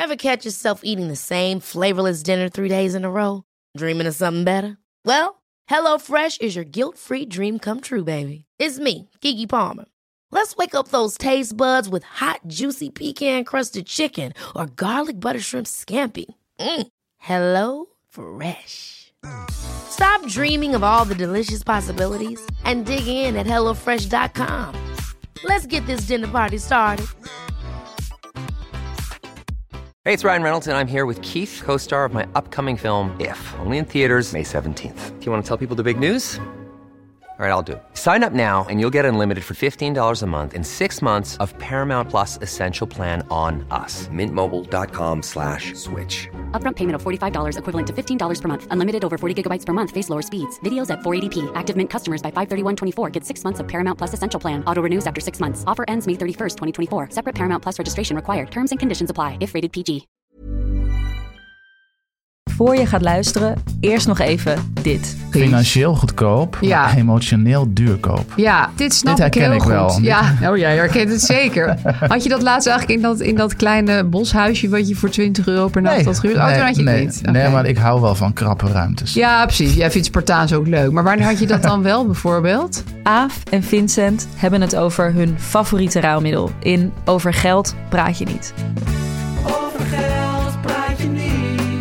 Ever catch yourself eating the same flavorless dinner 3 days in a row? Dreaming of something better? Well, HelloFresh is your guilt-free dream come true, baby. It's me, Keke Palmer. Let's wake up those taste buds with hot, juicy pecan-crusted chicken or garlic butter shrimp scampi. HelloFresh. Stop dreaming of all the delicious possibilities and dig in at HelloFresh.com. Let's get this dinner party started. Hey, it's Ryan Reynolds, and I'm here with Keith, co-star of my upcoming film, If, only in theaters May 17th. Do you want to tell people the big news? All right, I'll do it. Sign up now and you'll get unlimited for $15 a month and 6 months of Paramount Plus Essential Plan on us. MintMobile.com/switch. Upfront payment of $45 equivalent to $15 per month. Unlimited over 40 gigabytes per month. Face lower speeds. Videos at 480p. Active Mint customers by 531.24 get 6 months of Paramount Plus Essential Plan. Auto renews after 6 months. Offer ends May 31st, 2024. Separate Paramount Plus registration required. Terms and conditions apply if rated PG. Voor je gaat luisteren, eerst nog even dit. Financieel goedkoop, maar emotioneel duurkoop. Ja, dit snap ik heel goed. Wel. Ja, jij herkent het zeker. Had je dat laatst eigenlijk in dat kleine boshuisje wat je voor €20 per nacht had gehuurd? Toen had je het niet. Okay. Nee, maar ik hou wel van krappe ruimtes. Ja, precies. Jij vindt Spartaans ook leuk. Maar wanneer had je dat dan wel bijvoorbeeld? Aaf en Vincent hebben het over hun favoriete ruilmiddel. In Over Geld praat je niet. Over geld praat je niet.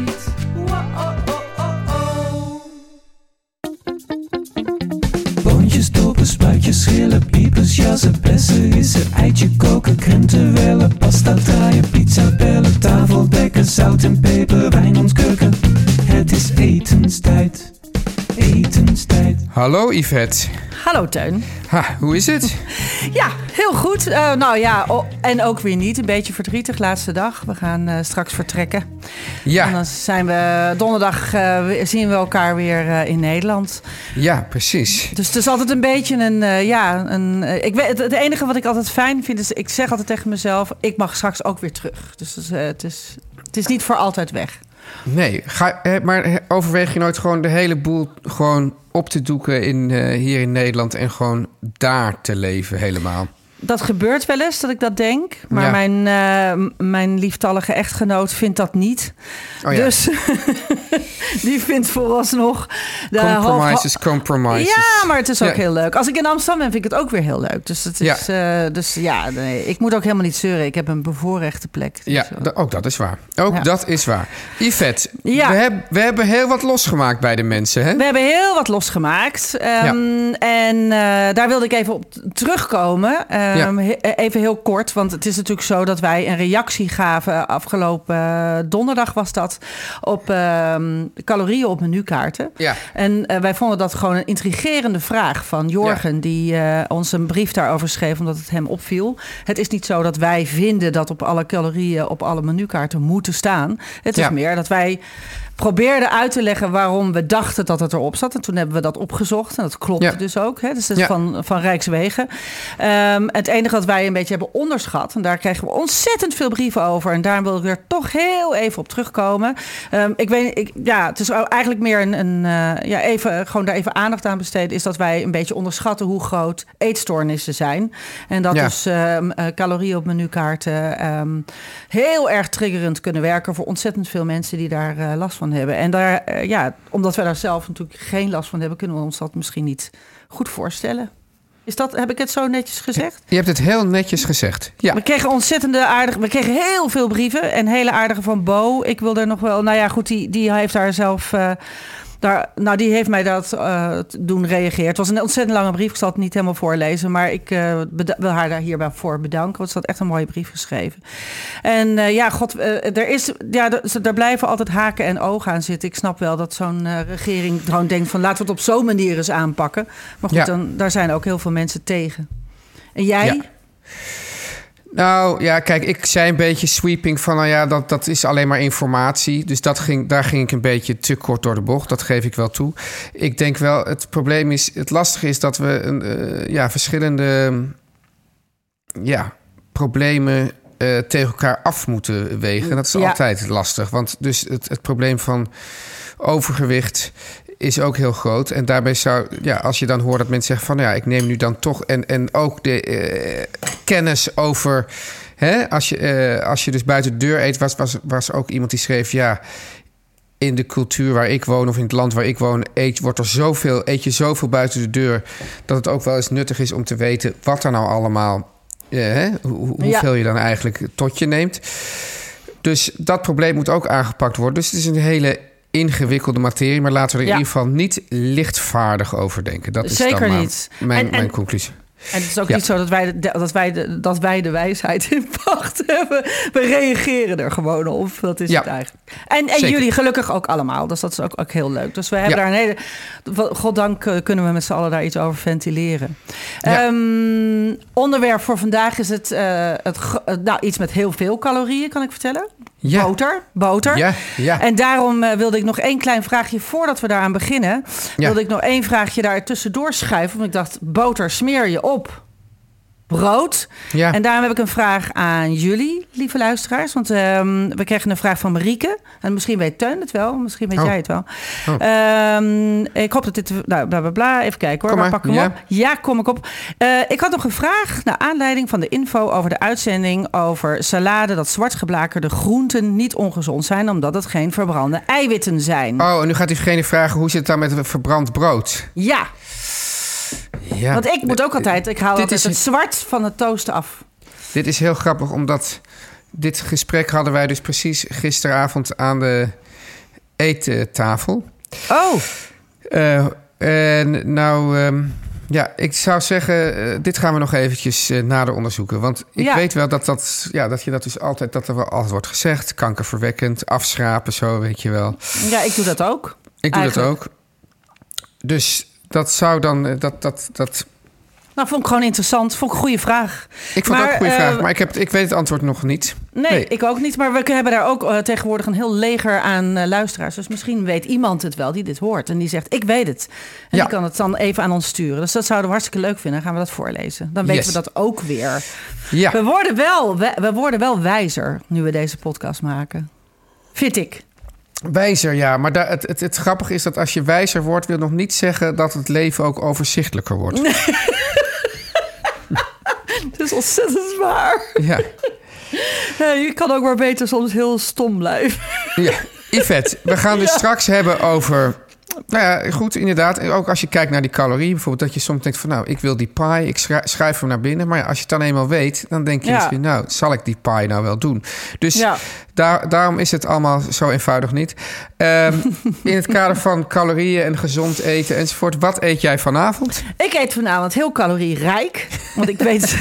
Boontjes, dopen, spuitjes, schillen, piepers, jassen, bessen, rissen, eitje koken, krenten wellen, pasta draaien, pizza bellen, tafel dekken, zout en peper, wijn ontkurken. Het is etenstijd, etenstijd. Hallo Yvette. Hallo Teun. Ha, hoe is het? Ja, heel goed. En ook weer niet. Een beetje verdrietig, laatste dag. We gaan straks vertrekken. Ja. En dan zijn we donderdag, zien we elkaar weer in Nederland. Ja, precies. Dus het is altijd een beetje het enige wat ik altijd fijn vind is, ik zeg altijd tegen mezelf, ik mag straks ook weer terug. Dus het is niet voor altijd weg. Nee, maar overweeg je nooit gewoon de hele boel gewoon op te doeken hier in Nederland en gewoon daar te leven helemaal? Dat gebeurt wel eens, dat ik dat denk. Maar mijn lieftallige echtgenoot vindt dat niet. Oh ja. Dus die vindt vooralsnog... Compromises. Ja, maar het is ook heel leuk. Als ik in Amsterdam ben, vind ik het ook weer heel leuk. Dus het is, ik moet ook helemaal niet zeuren. Ik heb een bevoorrechte plek. Dus ja, ook dat is waar. Dat is waar. Yvette, we hebben heel wat losgemaakt bij de mensen, hè? We hebben heel wat losgemaakt. En daar wilde ik even op terugkomen. Even heel kort, want het is natuurlijk zo dat wij een reactie gaven. Afgelopen donderdag was dat, op calorieën op menukaarten. Ja. En wij vonden dat gewoon een intrigerende vraag van Jorgen, die ons een brief daarover schreef, omdat het hem opviel. Het is niet zo dat wij vinden dat op alle calorieën op alle menukaarten moeten staan. Het is meer dat wij probeerden uit te leggen waarom we dachten dat het erop zat. En toen hebben we dat opgezocht. En dat klopte dus ook. Hè? Dus dat is van Rijkswegen. Het enige wat wij een beetje hebben onderschat, en daar kregen we ontzettend veel brieven over. En daar wil ik er toch heel even op terugkomen. Het is eigenlijk meer gewoon daar even aandacht aan besteden, is dat wij een beetje onderschatten hoe groot eetstoornissen zijn. En dat dus calorieën op menukaarten heel erg triggerend kunnen werken voor ontzettend veel mensen die daar last van hebben. En daar, omdat wij daar zelf natuurlijk geen last van hebben, kunnen we ons dat misschien niet goed voorstellen. Heb ik het zo netjes gezegd? Je hebt het heel netjes gezegd. Ja. We kregen we kregen heel veel brieven en hele aardige van Bo. Ik wil er nog wel, die heeft daar zelf die heeft mij dat doen reageren. Het was een ontzettend lange brief. Ik zal het niet helemaal voorlezen. Maar ik wil haar daar hierbij voor bedanken. Want ze had echt een mooie brief geschreven. En er blijven altijd haken en ogen aan zitten. Ik snap wel dat zo'n regering gewoon denkt van, laten we het op zo'n manier eens aanpakken. Maar goed, daar zijn ook heel veel mensen tegen. En jij? Ja. Nou ja, kijk, ik zei een beetje sweeping van, dat is alleen maar informatie. Dus daar ging ik een beetje te kort door de bocht. Dat geef ik wel toe. Ik denk wel, het lastige is dat we verschillende problemen tegen elkaar af moeten wegen. Dat is altijd lastig. Want dus het probleem van overgewicht is ook heel groot. En daarbij als je dan hoort dat mensen zeggen van, ik neem nu dan toch en ook de kennis over Als je dus buiten de deur eet... was ook iemand die schreef... ja, in de cultuur waar ik woon of in het land waar ik woon... eet je zoveel buiten de deur... dat het ook wel eens nuttig is om te weten... wat er nou allemaal... hoeveel je dan eigenlijk tot je neemt. Dus dat probleem moet ook aangepakt worden. Dus het is een hele ingewikkelde materie... maar laten we er in ieder geval niet lichtvaardig over denken. Dat is zeker dan niet. Mijn conclusie. En het is ook niet zo dat wij de wijsheid in pacht hebben. We reageren er gewoon op. Dat is het eigenlijk. En jullie gelukkig ook allemaal. Dus dat is ook heel leuk. Dus we hebben daar een hele... Goddank kunnen we met z'n allen daar iets over ventileren. Ja. Onderwerp voor vandaag is iets met heel veel calorieën, kan ik vertellen. Ja. Boter. Ja. En daarom wilde ik nog 1 klein vraagje voordat we daaraan beginnen. Wilde ik nog 1 vraagje daar tussendoor schuiven. Want ik dacht, boter smeer je op brood. Ja. En daarom heb ik een vraag aan jullie, lieve luisteraars. Want we kregen een vraag van Marieke. En misschien weet Teun het wel. Misschien weet jij het wel. Ik hoop dat dit... Nou, bla, bla, bla. Even kijken hoor. Pak hem op. Ja, kom ik op. Ik had nog een vraag naar aanleiding van de info over de uitzending over salade, dat zwartgeblakerde groenten niet ongezond zijn, omdat het geen verbrande eiwitten zijn. Oh, en nu gaat diegene vragen, hoe zit het dan met verbrand brood? Ja. Ja. Want ik moet ook altijd... Ik haal altijd het zwart van het toasten af. Dit is heel grappig, omdat dit gesprek hadden wij dus precies gisteravond aan de eettafel. Oh. Ik zou zeggen, dit gaan we nog eventjes nader onderzoeken. Want ik weet wel dat er wel altijd wordt gezegd. Kankerverwekkend, afschrapen, zo weet je wel. Ja, ik doe dat ook. Dat ook. Dus... Dat zou dan... Nou, vond ik gewoon interessant. Vond ik een goede vraag. Ik vond het ook een goede vraag, maar ik weet het antwoord nog niet. Nee, ik ook niet. Maar we hebben daar ook tegenwoordig een heel leger aan luisteraars. Dus misschien weet iemand het wel die dit hoort. En die zegt, ik weet het. En die kan het dan even aan ons sturen. Dus dat zouden we hartstikke leuk vinden. Dan gaan we dat voorlezen. Dan weten we dat ook weer. Ja. We worden wel wijzer nu we deze podcast maken. Vind ik. Wijzer, ja. Maar het grappige is dat als je wijzer wordt, wil nog niet zeggen dat het leven ook overzichtelijker wordt. Nee. Het is ontzettend zwaar. Ja. Je kan ook maar beter soms heel stom blijven. Ja. Yvette, we gaan dus straks hebben over... Nou ja, goed, inderdaad. Ook als je kijkt naar die calorieën, bijvoorbeeld, dat je soms denkt van, nou, ik wil die pie, ik schrijf hem naar binnen. Maar ja, als je het dan eenmaal weet, dan denk je misschien, nou, zal ik die pie nou wel doen? Dus daarom is het allemaal zo eenvoudig niet. In het kader van calorieën en gezond eten enzovoort, wat eet jij vanavond? Ik eet vanavond heel calorierijk, want ik weet...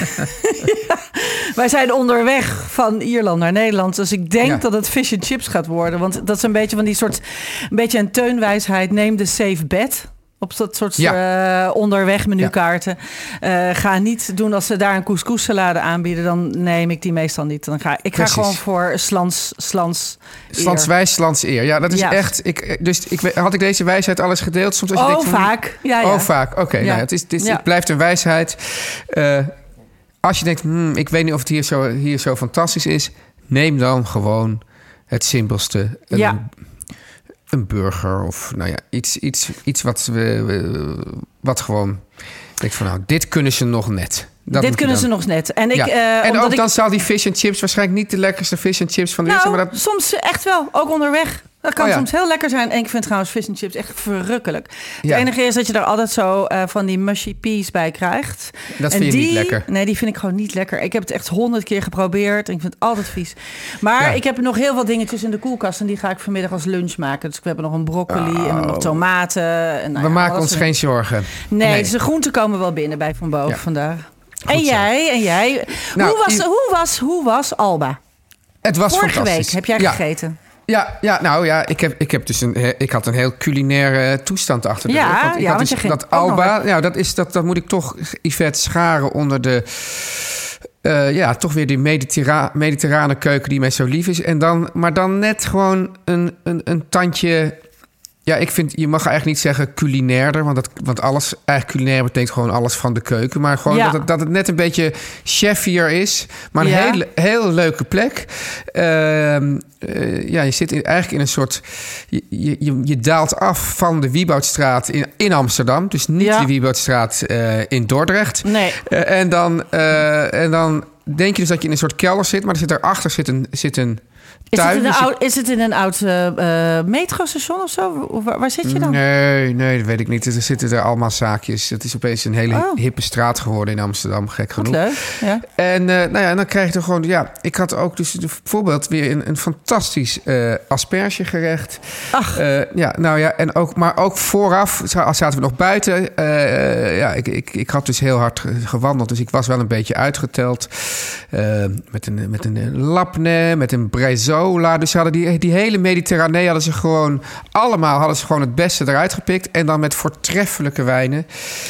Wij zijn onderweg van Ierland naar Nederland, dus ik denk dat het fish and chips gaat worden. Want dat is een beetje van die soort, een beetje een teunwijsheid. Neem de safe bet op dat soort onderweg menukaarten. Ga niet doen als ze daar een couscous-salade aanbieden, dan neem ik die meestal niet. Ik ga gewoon voor slans wijs, slans eer. Ja, dat is echt... Had ik deze wijsheid alles gedeeld? Soms als je denkt, vaak. Ja. Vaak. Oké, nou, het blijft een wijsheid. Als je denkt, ik weet niet of het hier zo fantastisch is, neem dan gewoon het simpelste. Een burger of nou ja, iets wat gewoon denkt van, nou, dit kunnen ze nog net. Dit kunnen ze nog net. En dan zal die fish and chips waarschijnlijk niet de lekkerste fish and chips van de wereld zijn. Maar soms echt wel, ook onderweg. Dat kan soms heel lekker zijn. En ik vind trouwens fish and chips echt verrukkelijk. Het enige is dat je er altijd zo van die mushy peas bij krijgt. Dat vind je niet lekker? Nee, die vind ik gewoon niet lekker. Ik heb het echt 100 keer geprobeerd. En ik vind het altijd vies. Maar ik heb nog heel veel dingetjes in de koelkast. En die ga ik vanmiddag als lunch maken. Dus we hebben nog een broccoli en nog tomaten. En we maken ons geen zorgen. Nee, dus de groenten komen wel binnen bij Van Boven vandaag. Goed en jij? Nou, hoe was Alba? Het was Vorige fantastisch. Week heb jij gegeten. Ik heb dus ik had een heel culinaire toestand achter de rug. Want Alba, dat moet ik toch, Yvette, scharen onder de toch weer die mediterrane keuken die mij zo lief is. Maar dan net gewoon een tandje. Ja, ik vind, je mag eigenlijk niet zeggen culinairder, want alles, eigenlijk culinair betekent gewoon alles van de keuken. Maar gewoon dat het net een beetje chefier is, maar een heel leuke plek. Je zit eigenlijk in een soort... Je daalt af van de Wieboudstraat in Amsterdam. Dus niet de Wieboudstraat in Dordrecht. Nee. En dan denk je dus dat je in een soort kelder zit, maar daarachter zit een tuin. Is het in een oud metrostation of zo? Waar zit je dan? Nee, dat weet ik niet. Er zitten er allemaal zaakjes. Het is opeens een hele hippe straat geworden in Amsterdam, gek genoeg. Leuk, ja. En dan krijg je er gewoon... Ja, ik had ook dus bijvoorbeeld weer een fantastisch aspergegerecht. Ach. En ook vooraf zaten we nog buiten. Ik had dus heel hard gewandeld, dus ik was wel een beetje uitgeteld. Met een labne, met een brezola. Dus ze hadden die hele Mediterranee hadden ze gewoon het beste eruit gepikt. En dan met voortreffelijke wijnen.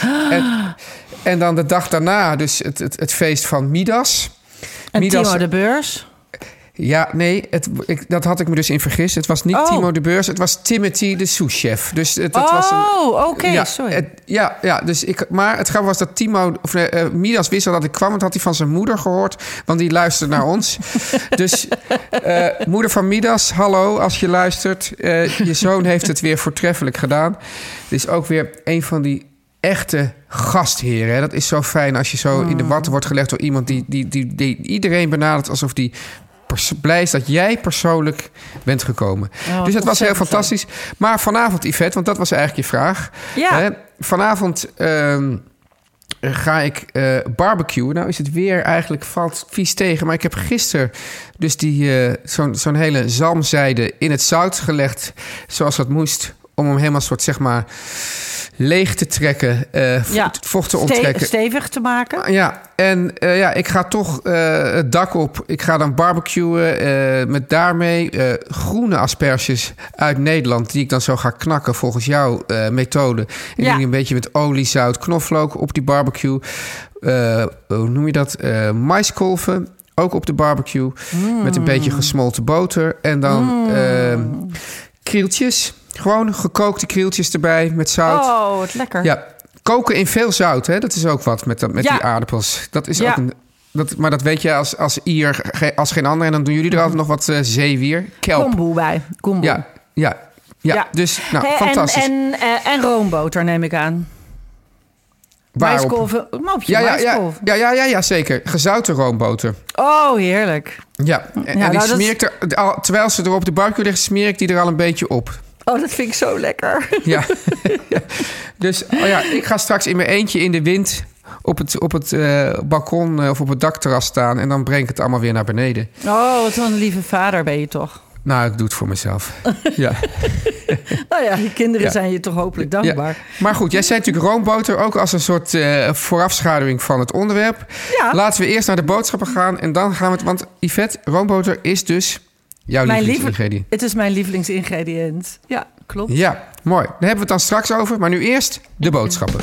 En dan de dag daarna dus het feest van Midas. En Midas, Timo de Beurs? Ja, nee, dat had ik me dus in vergist. Het was niet Timo de Beurs, het was Timothy de sous-chef. Dus oké, sorry. Maar het grappige was dat Midas wist al dat ik kwam. Want had hij van zijn moeder gehoord, want die luisterde naar ons. Dus moeder van Midas, hallo, als je luistert. Je zoon heeft het weer voortreffelijk gedaan. Het is ook weer een van die echte gastheren. Hè? Dat is zo fijn als je zo in de watten wordt gelegd door iemand die iedereen benadert alsof die blij is dat jij persoonlijk bent gekomen. Dus het was heel fantastisch. Maar vanavond, Yvette, want dat was eigenlijk je vraag. Ja. Hè? Vanavond ga ik barbecuen. Nou is het weer eigenlijk valt vies tegen. Maar ik heb gisteren dus zo'n hele zalmzijde in het zout gelegd, zoals dat moest, om hem helemaal soort, zeg maar, leeg te trekken, vocht te onttrekken. Stevig te maken. Ja, en ik ga toch het dak op. Ik ga dan barbecuen met daarmee groene asperges uit Nederland, die ik dan zo ga knakken volgens jouw methode. En een beetje met olie, zout, knoflook op die barbecue. Hoe noem je dat? Maiskolven, ook op de barbecue. Met een beetje gesmolten boter. En dan krieltjes. Gewoon gekookte krieltjes erbij met zout. Oh, wat lekker. Ja, koken in veel zout, hè? Dat is ook wat met die aardappels. Dat is ook maar dat weet je als Ier als geen ander. En dan doen jullie er altijd nog wat zeewier. Kelp. Kombu bij. Kombu. Ja. Dus fantastisch. En roomboter neem ik aan. Maiskolven. Ja, zeker. Gezouten roomboter. Oh, heerlijk. Ja, en die smeer ik terwijl ze er op de barbecue liggen, smeer ik die er al een beetje op. Oh, dat vind ik zo lekker. Ja. Dus ik ga straks in mijn eentje in de wind op het balkon of op het dakterras staan. En dan breng ik het allemaal weer naar beneden. Oh, wat een lieve vader ben je toch? Nou, ik doe het voor mezelf. Ja. Nou ja, je kinderen zijn je toch hopelijk dankbaar. Ja. Maar goed, jij zei natuurlijk roomboter ook als een soort voorafschaduwing van het onderwerp. Ja. Laten we eerst naar de boodschappen gaan en dan gaan we het... Want Yvette, roomboter is dus jouw lievelingsingrediënt. Het is mijn lievelingsingrediënt. Ja, klopt. Ja, mooi. Daar hebben we het dan straks over. Maar nu eerst de boodschappen.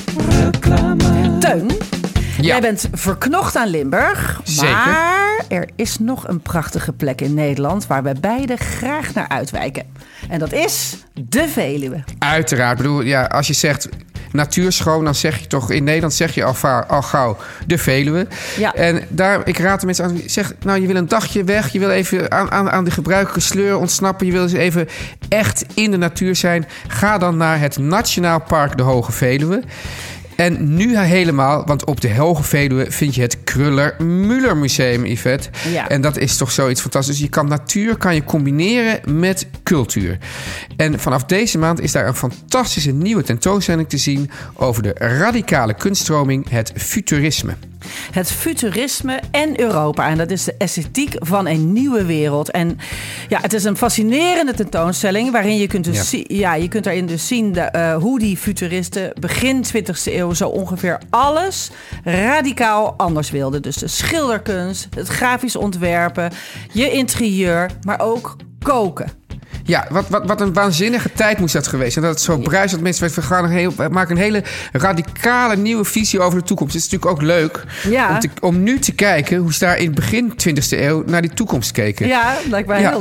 Teun, jij bent verknocht aan Limburg. Zeker. Maar er is nog een prachtige plek in Nederland waar we beide graag naar uitwijken. En dat is de Veluwe. Uiteraard. Ik bedoel, als je zegt natuurschoon, dan zeg je toch in Nederland zeg je al gauw de Veluwe. Ja. En ik raad de mensen aan. Zeg, nou, je wil een dagje weg. Je wil even aan de gebruikelijke sleur ontsnappen. Je wil eens even echt in de natuur zijn. Ga dan naar het Nationaal Park de Hoge Veluwe. En nu helemaal, want op de Hoge Veluwe vind je het Kruller-Müller Museum, Yvette. Ja. En dat is toch zoiets fantastisch. Je kan natuur combineren met cultuur. En vanaf deze maand is daar een fantastische nieuwe tentoonstelling te zien over de radicale kunststroming, het futurisme. Het futurisme en Europa. En dat is de esthetiek van een nieuwe wereld. En het is een fascinerende tentoonstelling waarin je kunt je kunt daarin dus zien hoe die futuristen begin 20e eeuw zo ongeveer alles radicaal anders wilden. Dus de schilderkunst, het grafisch ontwerpen, je interieur, maar ook koken. Ja, wat een waanzinnige tijd moest dat geweest. En dat het zo bruist dat mensen maken een hele radicale nieuwe visie over de toekomst. Het is natuurlijk ook leuk om nu te kijken hoe ze daar in het begin 20e eeuw naar die toekomst keken. Ja, lijkt mij heel leuk.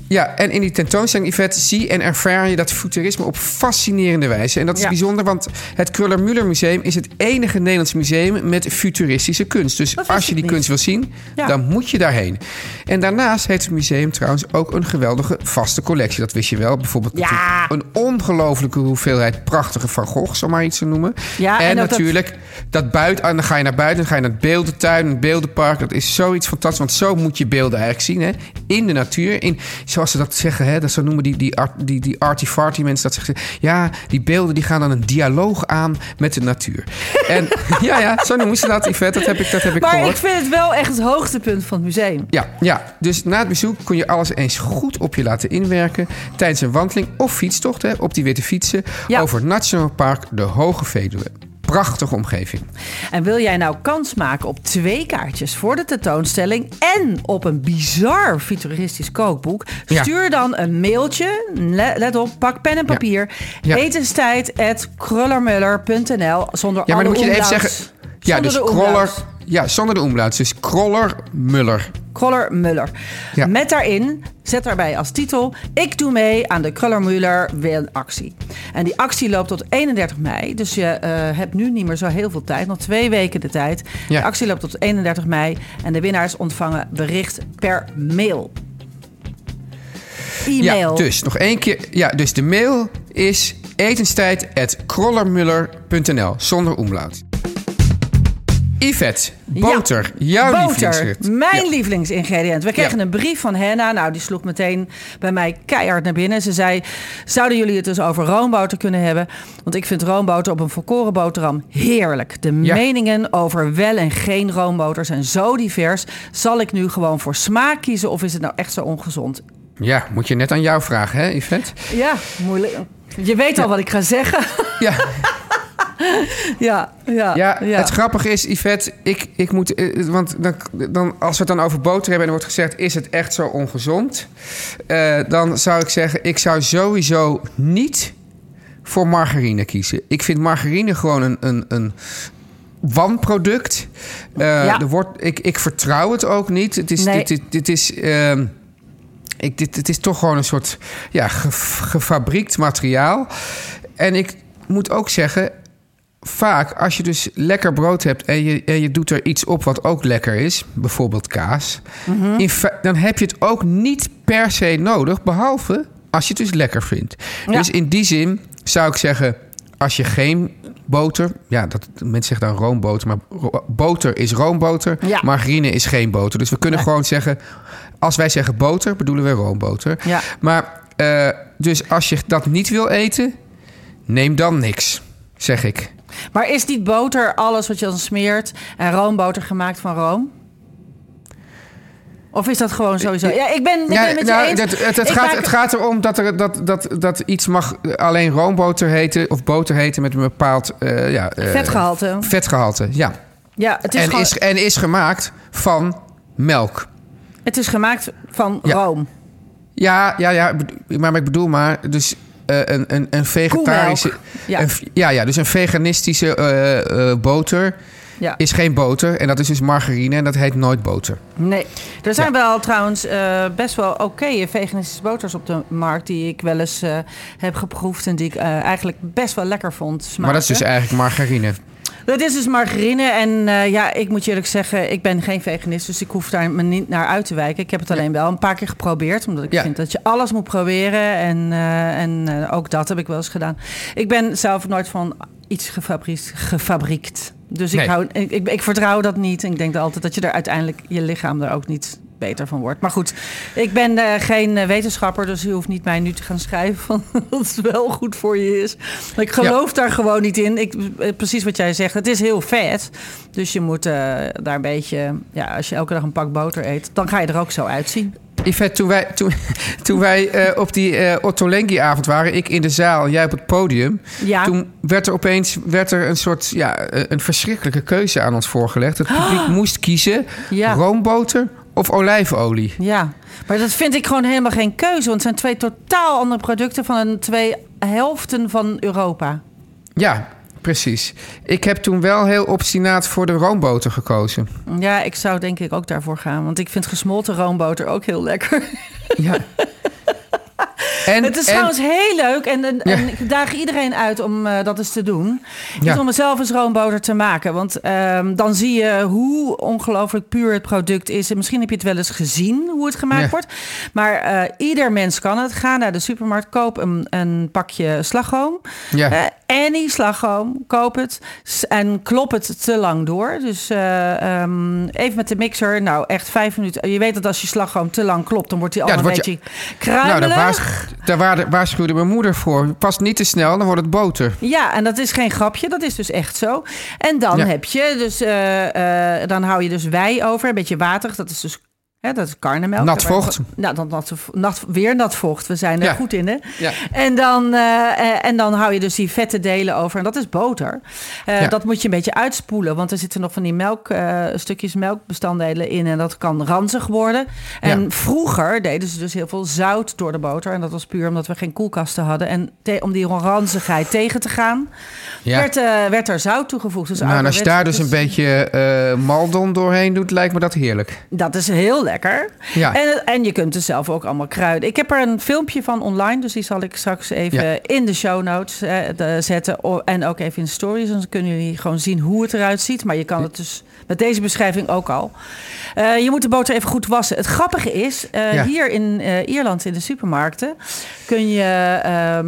Ja, en in die tentoonstelling, Yvette, zie en ervaar je dat futurisme op fascinerende wijze. En dat is bijzonder, want het Kröller-Müller Museum is het enige Nederlands museum met futuristische kunst. Dus als je die kunst wil zien, dan moet je daarheen. En daarnaast heeft het museum trouwens ook een geweldige vaste collectie. Dat wist je wel. Bijvoorbeeld een ongelofelijke hoeveelheid prachtige Van Goghs, om maar iets te noemen. Ja, en natuurlijk dat buiten. En dan ga je naar buiten, dan ga je naar het beeldentuin, het beeldenpark. Dat is zoiets fantastisch, want zo moet je beelden eigenlijk zien. Hè? In de natuur, zoals ze dat zeggen, hè, dat zo noemen die arty-farty mensen dat zeggen. Ja, die beelden die gaan dan een dialoog aan met de natuur. En ja, zo noemen ze dat, Yvette. Dat heb ik gehoord. Maar ik vind het wel echt het hoogtepunt van het museum. Ja, dus na het bezoek kun je alles eens goed op je laten inwerken tijdens een wandeling of fietstocht, hè, op die witte fietsen over het Nationaal Park de Hoge Veluwe. Prachtige omgeving. En wil jij nou kans maken op 2 kaartjes voor de tentoonstelling en op een bizar futuristisch kookboek? Stuur dan een mailtje. Let op, pak pen en papier. Etenstijd@krollermuller.nl zonder alle maar dan moet je even zeggen. Ja, dus Kroller. Ja, zonder de omlaag. Dus Kröller-Müller. Kröller-Müller. Ja. Met daarin, zet daarbij als titel: ik doe mee aan de Kröller-Müller winactie. En die actie loopt tot 31 mei. Dus je hebt nu niet meer zo heel veel tijd. Nog 2 weken de tijd. Ja. De actie loopt tot 31 mei. En de winnaars ontvangen bericht per mail. E-mail. Ja, dus nog 1 keer. Ja, dus de mail is etenstijd@krollermuller.nl zonder omlaag. Yvette, boter. Jouw lievelingsgerecht. Mijn lievelingsingrediënt. We kregen een brief van Henna. Nou, die sloeg meteen bij mij keihard naar binnen. Ze zei, zouden jullie het dus over roomboter kunnen hebben? Want ik vind roomboter op een volkoren boterham heerlijk. De meningen over wel en geen roomboter zijn zo divers. Zal ik nu gewoon voor smaak kiezen of is het nou echt zo ongezond? Ja, moet je net aan jou vragen, hè, Yvette? Ja, moeilijk. Je weet al wat ik ga zeggen. Ja. Ja, het grappige is, Yvette, ik moet. Want dan, als we het dan over boter hebben en er wordt gezegd: is het echt zo ongezond? Dan zou ik zeggen: ik zou sowieso niet voor margarine kiezen. Ik vind margarine gewoon een wanproduct. Ik vertrouw het ook niet. Het is, dit is toch gewoon een soort gefabriekt materiaal. En ik moet ook zeggen, vaak als je dus lekker brood hebt en je doet er iets op wat ook lekker is, bijvoorbeeld kaas, dan heb je het ook niet per se nodig, behalve als je het dus lekker vindt. Ja. Dus in die zin zou ik zeggen, als je geen boter, mensen zeggen dan roomboter, maar boter is roomboter, margarine is geen boter. Dus we kunnen gewoon zeggen, als wij zeggen boter, bedoelen we roomboter. Ja. Maar dus als je dat niet wil eten, neem dan niks, zeg ik. Maar is niet boter alles wat je dan smeert en roomboter gemaakt van room? Of is dat gewoon sowieso? Ja, ik ben met je eens. Het gaat erom dat iets mag alleen roomboter heten of boter heten met een bepaald vetgehalte. Vetgehalte, ja. Het is en is gemaakt van melk. Het is gemaakt van room. Ja, maar ik bedoel dus een vegetarische. Dus een veganistische boter. Ja. Is geen boter. En dat is dus margarine. En dat heet nooit boter. Nee. Er zijn wel trouwens best wel oké veganistische boters op de markt. Die ik wel eens heb geproefd. En die ik eigenlijk best wel lekker vond smaken. Maar dat is dus eigenlijk margarine. Dat is dus margarine. En ik moet je eerlijk zeggen, ik ben geen veganist. Dus ik hoef daar me niet naar uit te wijken. Ik heb het alleen wel een paar keer geprobeerd. Omdat ik vind dat je alles moet proberen. En ook dat heb ik wel eens gedaan. Ik ben zelf nooit van iets gefabriekt. Dus ik vertrouw dat niet. Ik denk altijd dat je er uiteindelijk je lichaam er ook niet beter van wordt. Maar goed, ik ben geen wetenschapper, dus je hoeft niet mij nu te gaan schrijven van dat het wel goed voor je is. Ik geloof daar gewoon niet in. Precies wat jij zegt, het is heel vet. Dus je moet daar een beetje, als je elke dag een pak boter eet, dan ga je er ook zo uitzien. Yvette, toen wij op die Otto Lengi-avond waren, ik in de zaal, jij op het podium, toen werd er opeens een soort een verschrikkelijke keuze aan ons voorgelegd. Het publiek moest kiezen roomboter of olijfolie. Ja, maar dat vind ik gewoon helemaal geen keuze, want het zijn 2 totaal andere producten van 2 helften van Europa. Ja, precies. Ik heb toen wel heel obstinaat voor de roomboter gekozen. Ja, ik zou denk ik ook daarvoor gaan. Want ik vind gesmolten roomboter ook heel lekker. Het is trouwens heel leuk. En ik daag iedereen uit om dat eens te doen. Is om zelf eens roomboter te maken. Want dan zie je hoe ongelooflijk puur het product is. En misschien heb je het wel eens gezien hoe het gemaakt wordt. Maar ieder mens kan het. Ga naar de supermarkt, koop een pakje slagroom. Ja. Any slagroom, koop het. En klop het te lang door. Dus even met de mixer. Nou, echt 5 minuten. Je weet dat als je slagroom te lang klopt, dan wordt hij allemaal een beetje kruimelig. Daar waarschuwde mijn moeder voor. Pas niet te snel, dan wordt het boter. Ja, en dat is geen grapje. Dat is dus echt zo. En dan heb je dus... dan hou je dus wei over. Een beetje waterig. Dat is dus... dat is karnemelk. Nat vocht. Weer nat vocht. We zijn er goed in, hè? Ja. En dan hou je dus die vette delen over. En dat is boter. Dat moet je een beetje uitspoelen. Want er zitten nog van die stukjes melkbestanddelen in. En dat kan ranzig worden. En vroeger deden ze dus heel veel zout door de boter. En dat was puur omdat we geen koelkasten hadden. En om die ranzigheid tegen te gaan... werd er zout toegevoegd. Dus en als je daar dus een beetje maldon doorheen doet... lijkt me dat heerlijk. Dat is heel lekker. Ja. En je kunt er zelf ook allemaal kruiden. Ik heb er een filmpje van online, dus die zal ik straks even in de show notes zetten. En ook even in stories. Dan kunnen jullie gewoon zien hoe het eruit ziet. Maar je kan het dus met deze beschrijving ook al. Je moet de boter even goed wassen. Het grappige is, hier in Ierland in de supermarkten kun je...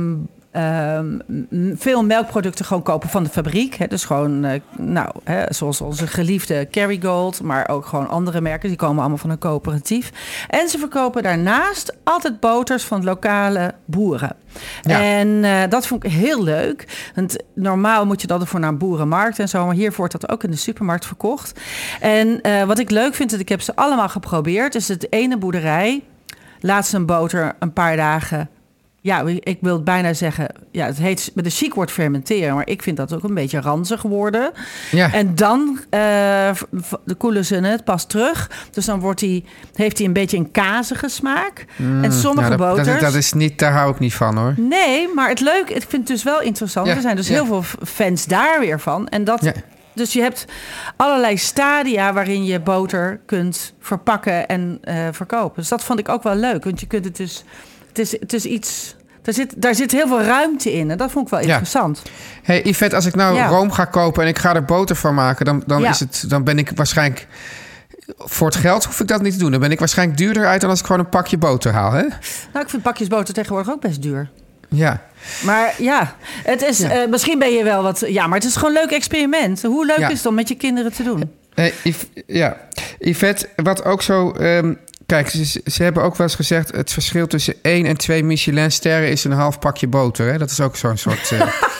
veel melkproducten gewoon kopen van de fabriek. Hè. Dus gewoon, zoals onze geliefde Kerrygold, maar ook gewoon andere merken. Die komen allemaal van een coöperatief. En ze verkopen daarnaast altijd boters van lokale boeren. Ja. En dat vond ik heel leuk. Want normaal moet je dat ervoor naar een boerenmarkt en zo. Maar hier wordt dat ook in de supermarkt verkocht. En wat ik leuk vind, dat ik heb ze allemaal geprobeerd. Dus het ene boerderij laat zijn boter een paar dagen... Ja, ik wil het bijna zeggen... Ja, het heet met de chic woord fermenteren... maar ik vind dat ook een beetje ranzig worden. Ja. En dan koelen ze het pas terug. Dus dan heeft hij een beetje een kazige smaak. En sommige boters... Dat is niet, daar hou ik niet van, hoor. Nee, maar het leuke... Ik vind het dus wel interessant. Ja. Er zijn dus heel veel fans daar weer van. En dat... Ja. Dus je hebt allerlei stadia waarin je boter kunt verpakken en verkopen. Dus dat vond ik ook wel leuk. Want je kunt het dus... Het is iets... Daar zit heel veel ruimte in. En dat vond ik wel interessant. Hey Yvette, als ik nou room ga kopen en ik ga er boter van maken... dan ben ik waarschijnlijk... Voor het geld hoef ik dat niet te doen. Dan ben ik waarschijnlijk duurder uit dan als ik gewoon een pakje boter haal. Hè? Nou, ik vind pakjes boter tegenwoordig ook best duur. Ja. Maar het is... misschien ben je wel wat... Ja, maar het is gewoon een leuk experiment. Hoe leuk is het om met je kinderen te doen? Yvette, wat ook zo... Kijk, ze hebben ook wel eens gezegd... het verschil tussen 1 en 2 Michelin-sterren... is een half pakje boter. Hè? Dat is ook zo'n soort...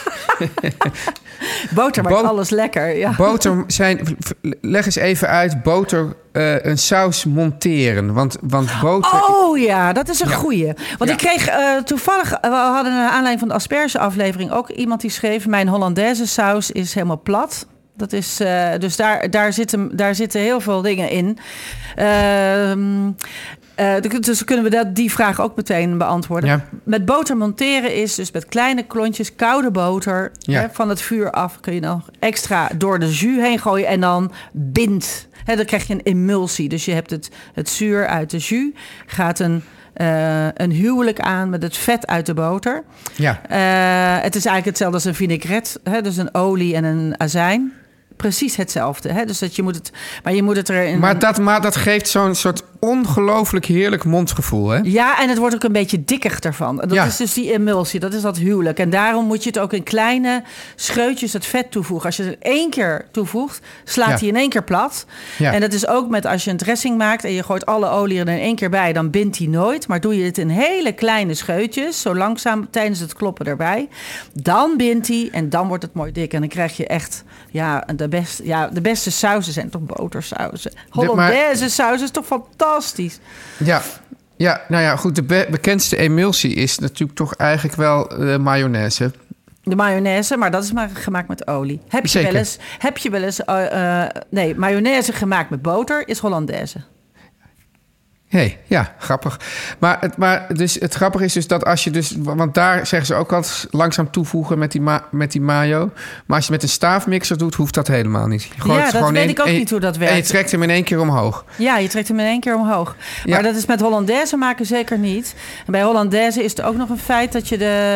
Boter maakt alles lekker, ja. Boter leg eens even uit, boter een saus monteren. Want boter... Oh ja, dat is een goeie. Want ik kreeg toevallig... We hadden naar aanleiding van de asperge-aflevering... ook iemand die schreef... mijn Hollandaise saus is helemaal plat... Dat is, dus daar zitten heel veel dingen in. Dus kunnen we die vraag ook meteen beantwoorden. Ja. Met boter monteren is dus met kleine klontjes koude boter... van het vuur af kun je dan extra door de jus heen gooien... en dan bindt. Dan krijg je een emulsie. Dus je hebt het zuur uit de jus. Gaat een huwelijk aan met het vet uit de boter. Ja. Het is eigenlijk hetzelfde als een vinaigrette. Dus een olie en een azijn. Precies hetzelfde. Hè? Dus dat je moet het erin... Maar dat geeft zo'n soort ongelooflijk heerlijk mondgevoel, hè? Ja, en het wordt ook een beetje dikker ervan. Dat is dus die emulsie, dat is dat huwelijk. En daarom moet je het ook in kleine scheutjes het vet toevoegen. Als je het 1 keer toevoegt, slaat hij in 1 keer plat. Ja. En dat is ook met als je een dressing maakt... en je gooit alle olie er in 1 keer bij, dan bindt hij nooit. Maar doe je het in hele kleine scheutjes, zo langzaam tijdens het kloppen erbij... dan bindt hij en dan wordt het mooi dik. En dan krijg je echt... de beste sauzen zijn toch botersauzen. Hollandaise saus is toch fantastisch. Ja, nou ja, goed. De bekendste emulsie is natuurlijk toch eigenlijk wel mayonaise. De mayonaise, maar dat is maar gemaakt met olie. Heb je wel eens... mayonaise gemaakt met boter is Hollandaise. Hey, ja, grappig. Maar dus het grappige is dus dat als je dus... Want daar zeggen ze ook altijd langzaam toevoegen met die mayo. Maar als je met een staafmixer doet, hoeft dat helemaal niet. Weet ik ook niet hoe dat werkt. En je trekt hem in 1 keer omhoog. Ja, je trekt hem in 1 keer omhoog. Maar dat is met Hollandaise maken zeker niet. En bij Hollandaise is er ook nog een feit dat je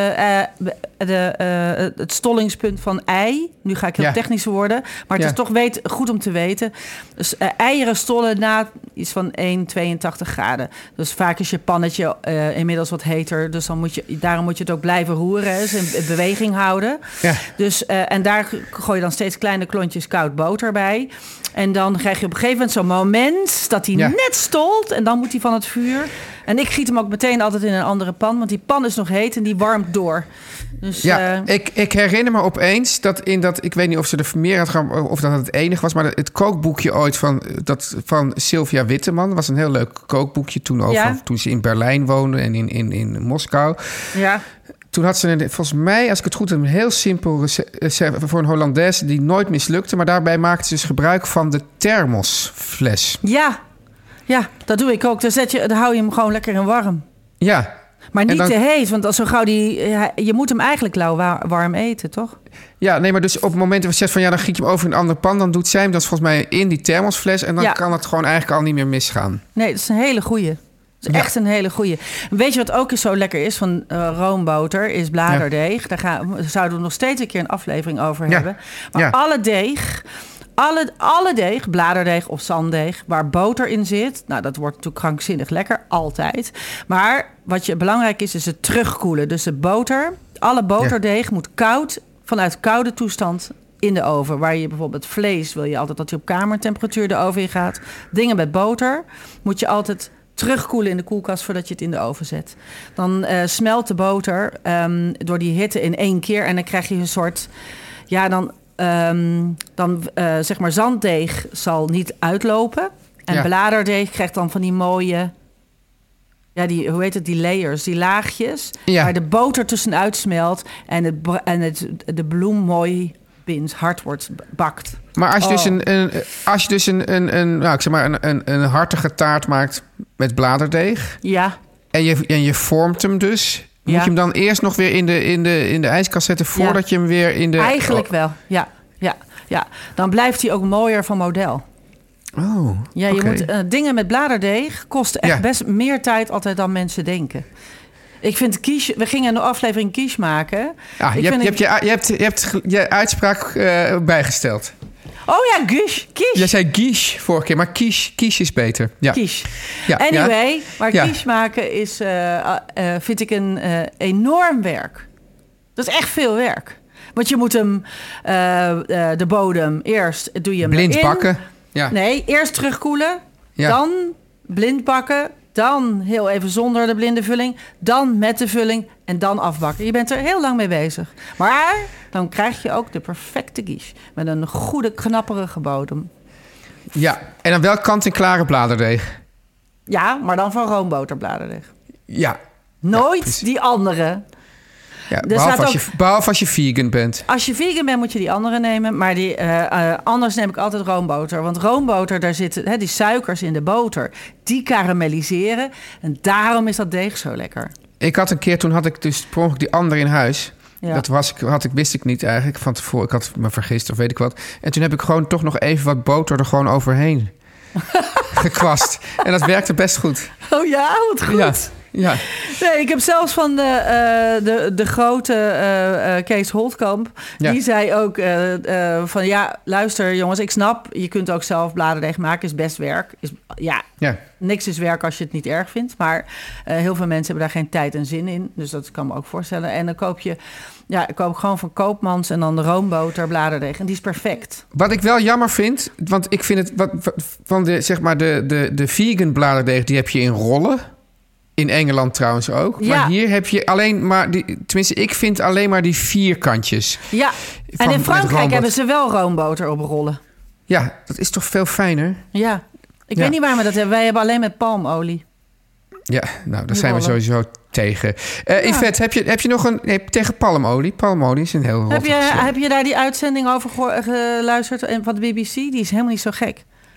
het stollingspunt van ei... Nu ga ik heel technisch worden, maar het is toch goed om te weten. Dus eieren stollen na iets van 1,82 graden. Dus vaak is je pannetje inmiddels wat heter. Dus daarom moet je het ook blijven roeren. Dus in beweging houden. Ja. Dus, en daar gooi je dan steeds kleine klontjes koud boter bij. En dan krijg je op een gegeven moment zo'n moment dat hij net stolt. En dan moet hij van het vuur. En ik giet hem ook meteen altijd in een andere pan. Want die pan is nog heet en die warmt door. Dus, ik herinner me opeens dat ik weet niet of ze er meer aan gaan, of dat het enige was, maar het kookboekje ooit van Sylvia Witteman was een heel leuk kookboekje toen ze in Berlijn woonde en in Moskou. Ja. Toen had ze volgens mij, als ik het goed heb, een heel simpel recept voor een Hollandaise die nooit mislukte, maar daarbij maakte ze dus gebruik van de thermosfles. Ja, dat doe ik ook. Dan hou je hem gewoon lekker in warm. Ja. Maar niet te heet, want als zo gauw je moet hem eigenlijk lauw warm eten, toch? Ja, nee, maar dus op het moment dat je zegt van dan giet je hem over in een andere pan, dan doet zij hem dat volgens mij in die thermosfles en dan kan het gewoon eigenlijk al niet meer misgaan. Nee, dat is een hele goeie. Dat is echt een hele goeie. Weet je wat ook zo lekker is van roomboter? Is bladerdeeg. Daar zouden we nog steeds een keer een aflevering over hebben. Maar alle deeg... Alle deeg, bladerdeeg of zanddeeg, waar boter in zit... nou, dat wordt natuurlijk krankzinnig lekker, altijd. Maar wat belangrijk is het terugkoelen. Dus alle boterdeeg moet koud, vanuit koude toestand in de oven. Waar je bijvoorbeeld vlees, wil je altijd dat je op kamertemperatuur de oven in gaat. Dingen met boter moet je altijd terugkoelen in de koelkast voordat je het in de oven zet. Dan smelt de boter door die hitte in 1 keer... en dan krijg je een soort... zeg maar zanddeeg zal niet uitlopen. En bladerdeeg krijgt dan van die mooie... die layers, die laagjes... waar de boter tussenuit smelt... en de bloem mooi hard wordt bakt. Maar als je dus een hartige taart maakt met bladerdeeg... Ja. En je vormt hem dus... Moet je hem dan eerst nog weer in de ijskast zetten voordat je hem weer in de... Eigenlijk wel, ja. Dan blijft hij ook mooier van model. Oh, ja, je moet dingen met bladerdeeg kosten echt best meer tijd altijd dan mensen denken. Ik vind quiche... We gingen een aflevering quiche maken. Je hebt je uitspraak bijgesteld. Oh ja, quiche. Jij zei quiche vorige keer, maar quiche is beter. Ja. Quiche. Ja, anyway, maar quiche maken is, vind ik een enorm werk. Dat is echt veel werk. Want je moet hem, de bodem, eerst doe je hem blind erin. Bakken. Ja. Nee, eerst terugkoelen, dan blind bakken, dan heel even zonder de blinde vulling, dan met de vulling en dan afbakken. Je bent er heel lang mee bezig. Maar dan krijg je ook de perfecte quiche met een goede, knapperige bodem. Ja, en aan welke kant een klare bladerdeeg? Ja, maar dan van roomboterbladerdeeg. Ja. Nooit die andere. Ja, behalve als je vegan bent. Als je vegan bent, moet je die andere nemen. Maar anders neem ik altijd roomboter. Want roomboter, daar zitten die suikers in de boter. Die karamelliseren. En daarom is dat deeg zo lekker. Ik had een keer, toen had ik dus per ongeluk die andere in huis. Ja. Dat wist ik niet eigenlijk van tevoren. Ik had me vergist of weet ik wat. En toen heb ik gewoon toch nog even wat boter er gewoon overheen gekwast. En dat werkte best goed. Oh ja, wat goed. Ja. Nee, ik heb zelfs van de grote Kees Holtkamp... die zei ook van... ja, luister jongens, ik snap... je kunt ook zelf bladerdeeg maken, is best werk. Niks is werk als je het niet erg vindt. Maar heel veel mensen hebben daar geen tijd en zin in. Dus dat kan me ook voorstellen. En dan koop je... Ja, ik koop gewoon van Koopmans en dan de roomboter, bladerdeeg. En die is perfect. Wat ik wel jammer vind... want ik vind het... van de vegan bladerdeeg... die heb je in rollen... In Engeland trouwens ook. Ja. Maar hier heb je alleen maar... tenminste, ik vind alleen maar die vierkantjes. Ja, en in Frankrijk hebben ze wel roomboter op rollen. Ja, dat is toch veel fijner? Ja, ik weet niet waarom we dat hebben. Wij hebben alleen met palmolie. Ja, nou, daar zijn we sowieso tegen. Yvette, heb je nog een... tegen palmolie? Palmolie is een heel rot. Heb je daar die uitzending over geluisterd van de BBC? Die is helemaal niet zo gek.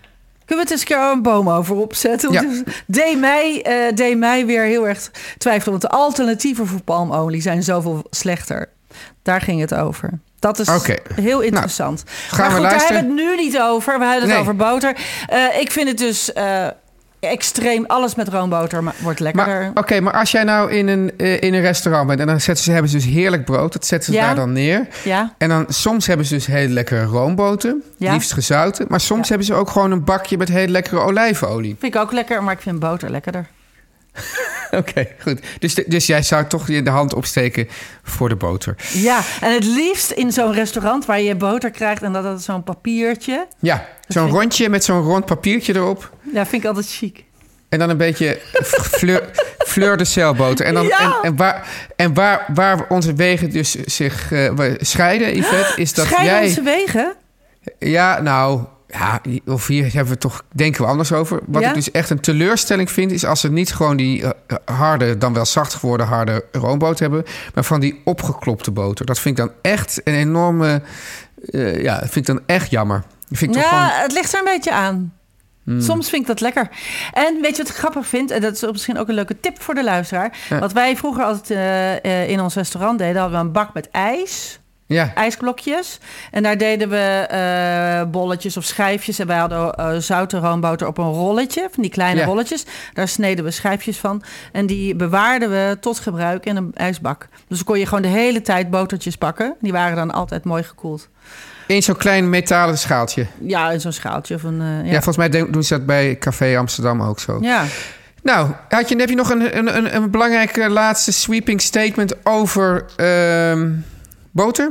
Kunnen we het eens een keer een boom over opzetten? Ja. Dus deed mij weer heel erg twijfelen. Want de alternatieven voor palmolie zijn zoveel slechter. Daar ging het over. Dat is heel interessant. Gaan we luisteren? Daar hebben we het nu niet over. We hebben het over boter. Ik vind het dus extreem. Alles met roomboter wordt lekkerder. Maar als jij nou in een restaurant bent... en dan hebben ze dus heerlijk brood. Dat zetten ze daar dan neer. Ja. En dan soms hebben ze dus heel lekkere roomboter. Ja. Liefst gezouten. Maar soms hebben ze ook gewoon een bakje met heel lekkere olijfolie. Vind ik ook lekker, maar ik vind boter lekkerder. Oké, goed. Dus jij zou toch de hand opsteken voor de boter. Ja, en het liefst in zo'n restaurant waar je boter krijgt... en dat zo'n papiertje. Ja, zo'n rondje met zo'n rond papiertje erop. Ja, vind ik altijd chic. En dan een beetje fleur de celboter. En, dan, en waar onze wegen dus zich scheiden, Yvette, is dat scheiden onze wegen? Ja, nou... Ja, of hier hebben we toch, denken we anders over. Wat ik dus echt een teleurstelling vind... is als ze niet gewoon die harde, dan wel zacht geworden harde roomboter hebben... maar van die opgeklopte boter. Dat vind ik dan echt een enorme... dat vind ik dan echt jammer. Vind ik toch gewoon... het ligt er een beetje aan. Soms vind ik dat lekker. En weet je wat ik grappig vind? En dat is misschien ook een leuke tip voor de luisteraar. Ja. Wat wij vroeger altijd in ons restaurant deden... hadden we een bak met ijs... Ja. IJsblokjes. En daar deden we bolletjes of schijfjes. En wij hadden zoute roomboter op een rolletje. Van die kleine rolletjes. Daar sneden we schijfjes van. En die bewaarden we tot gebruik in een ijsbak. Dus dan kon je gewoon de hele tijd botertjes pakken. Die waren dan altijd mooi gekoeld. In zo'n klein metalen schaaltje? Ja, in zo'n schaaltje. Of volgens mij doen ze dat bij Café Amsterdam ook zo. Ja. Nou, heb je nog een belangrijke laatste sweeping statement over... boter?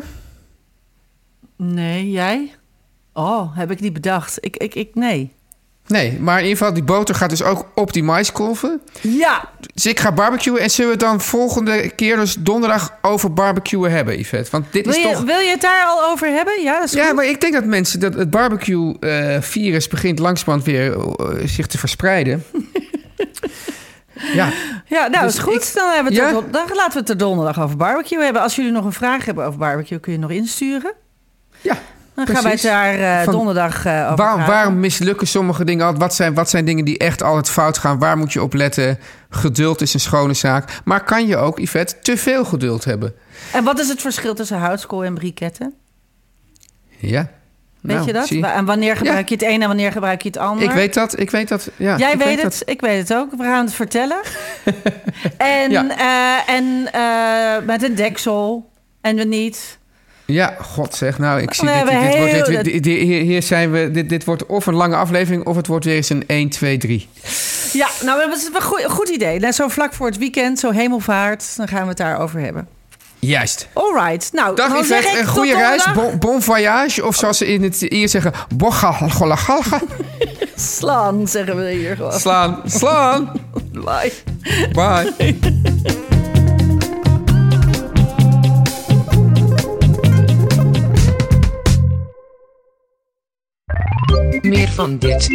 Nee, jij? Oh, heb ik niet bedacht. Nee. Nee, maar in ieder geval, die boter gaat dus ook op die maiskolven. Ja. Dus ik ga barbecuen. En zullen we het dan volgende keer, dus donderdag, over barbecuen hebben, Yvette? Want dit is toch... Wil je het daar al over hebben? Ja, dat is goed. Maar ik denk dat mensen... dat het barbecue-virus begint langzamerhand weer zich te verspreiden. Ja, nou, dus is goed. Dan laten we het er donderdag over barbecue hebben. Als jullie nog een vraag hebben over barbecue, kun je nog insturen. Ja, dan gaan wij het daar donderdag over praten. Waarom mislukken sommige dingen? Wat zijn dingen die echt altijd fout gaan? Waar moet je op letten? Geduld is een schone zaak. Maar kan je ook, Yvette, te veel geduld hebben? En wat is het verschil tussen houtskool en briketten? Ja. Weet je dat? En wanneer gebruik je het een en wanneer gebruik je het ander? Ik weet dat. Ja, jij weet het, ik weet het ook. We gaan het vertellen. en met een deksel en we niet. Ja, god zeg. Nou, ik zie dit wordt of een lange aflevering... of het wordt weer eens een 1, 2, 3. Ja, nou, dat is een goed idee. Net zo vlak voor het weekend, zo hemelvaart... dan gaan we het daarover hebben. Juist. Alright. Nou, dag Yvette, een goede reis. Bon voyage. Of zoals ze in het hier zeggen... Slaan, zeggen we hier gewoon. Slaan. Bye. Bye. Meer van dit.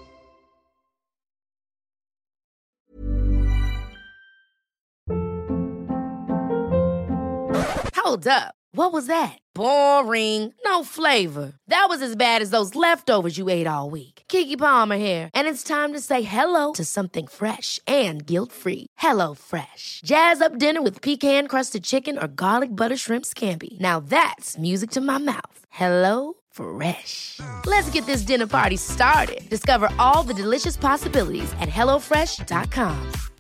Hold up. What was that? Boring. No flavor. That was as bad as those leftovers you ate all week. Keke Palmer here, and it's time to say hello to something fresh and guilt-free. Hello Fresh. Jazz up dinner with pecan-crusted chicken or garlic butter shrimp scampi. Now that's music to my mouth. Hello Fresh. Let's get this dinner party started. Discover all the delicious possibilities at HelloFresh.com.